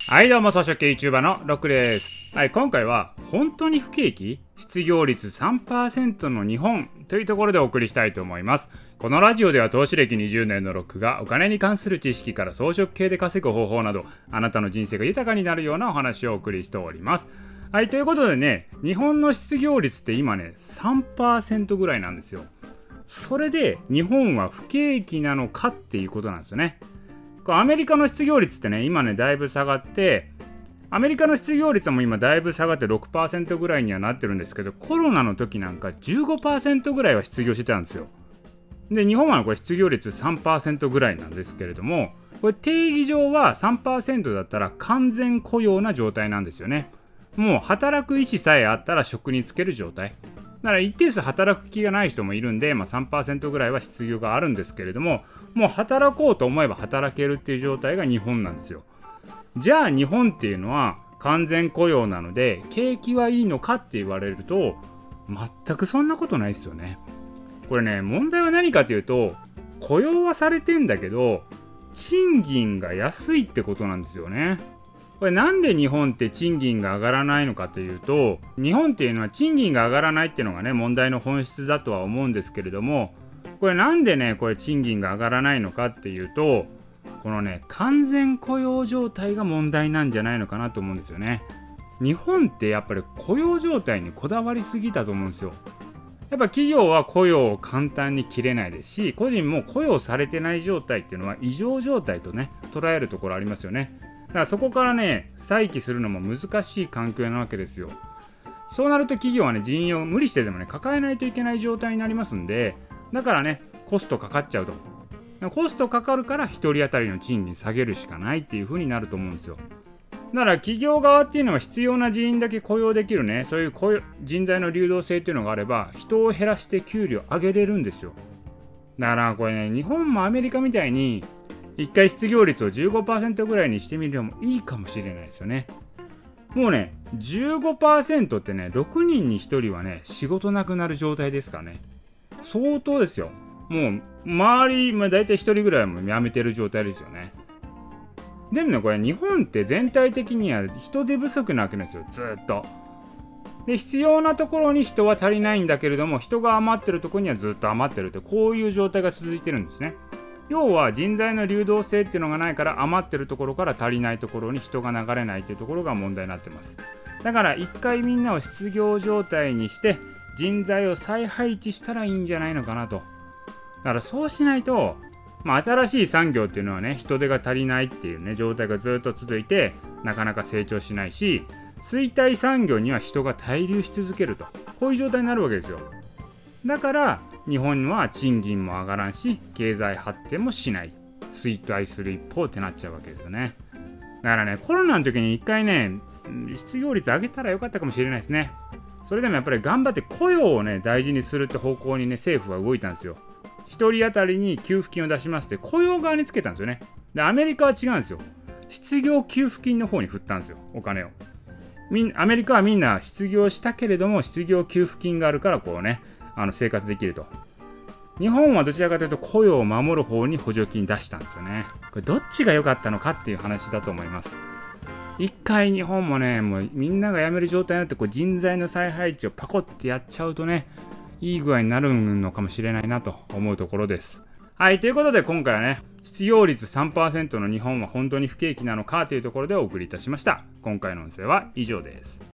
はいどうも、草食系 YouTuber のロックです。はい、今回は本当に不景気？失業率 3% の日本というところでお送りしたいと思います。このラジオでは投資歴20年のロックがお金に関する知識から草食系で稼ぐ方法など、あなたの人生が豊かになるようなお話をお送りしております。はい、ということでね、日本の失業率って今ね 3% ぐらいなんですよ。それで日本は不景気なのかっていうことなんですよね。アメリカの失業率ってね、今ねだいぶ下がって、アメリカの失業率はもう今だいぶ下がって 6% ぐらいにはなってるんですけど、コロナの時なんか 15% ぐらいは失業してたんですよ。で、日本はこれ失業率 3% ぐらいなんですけれども、これ定義上は 3% だったら完全雇用な状態なんですよね。もう働く意思さえあったら職に就ける状態だから、一定数働く気がない人もいるんで、3% ぐらいは失業があるんですけれども、もう働こうと思えば働けるっていう状態が日本なんですよ。じゃあ日本っていうのは完全雇用なので景気はいいのかって言われると、全くそんなことないですよね。これね、問題は何かというと、雇用はされてんだけど賃金が安いってことなんですよね。これなんで日本って賃金が上がらないのかというと、日本っていうのは賃金が上がらないっていうのがね問題の本質だとは思うんですけれども、これなんでねこれ賃金が上がらないのかっていうと、このね完全雇用状態が問題なんじゃないのかなと思うんですよね。日本ってやっぱり雇用状態にこだわりすぎたと思うんですよ。やっぱ企業は雇用を簡単に切れないですし、個人も雇用されてない状態っていうのは異常状態とね捉えるところありますよね。だからそこからね再起するのも難しい環境なわけですよ。そうなると企業はね人員を無理してでもね抱えないといけない状態になりますんで、だからねコストかかっちゃうと。コストかかるから1人当たりの賃金下げるしかないっていう風になると思うんですよ。だから企業側っていうのは必要な人員だけ雇用できるね、そういう人材の流動性っていうのがあれば人を減らして給料上げれるんですよ。だからこれね、日本もアメリカみたいに一回失業率を 15% ぐらいにしてみるのもいいかもしれないですよね。もうね 15% ってね、6人に1人はね仕事なくなる状態ですからね。相当ですよ。もう周り、大体1人ぐらいはもう辞めてる状態ですよね。でもね、これ日本って全体的には人手不足なわけですよ、ずっと。で、必要なところに人は足りないんだけれども、人が余ってるところにはずっと余ってるって、こういう状態が続いてるんですね。要は人材の流動性っていうのがないから、余ってるところから足りないところに人が流れないっていうところが問題になってます。だから一回みんなを失業状態にして人材を再配置したらいいんじゃないのかなと。だからそうしないと、新しい産業っていうのはね人手が足りないっていうね状態がずっと続いて、なかなか成長しないし、衰退産業には人が滞留し続けると、こういう状態になるわけですよ。だから日本は賃金も上がらんし経済発展もしない、衰退する一方ってなっちゃうわけですよね。だからね、コロナの時に一回ね失業率上げたらよかったかもしれないですね。それでもやっぱり頑張って雇用をね大事にするって方向にね政府は動いたんですよ。1人当たりに給付金を出しますって雇用側につけたんですよね。で、アメリカは違うんですよ。失業給付金の方に振ったんですよ、お金を。アメリカはみんな失業したけれども失業給付金があるからこうね生活できると。日本はどちらかというと雇用を守る方に補助金出したんですよね。これどっちが良かったのかっていう話だと思います。一回日本もねもうみんなが辞める状態になって人材の再配置をパコってやっちゃうとね、いい具合になるのかもしれないなと思うところです。はい、ということで今回はね、失業率 3% の日本は本当に不景気なのかというところでお送りいたしました。今回の音声は以上です。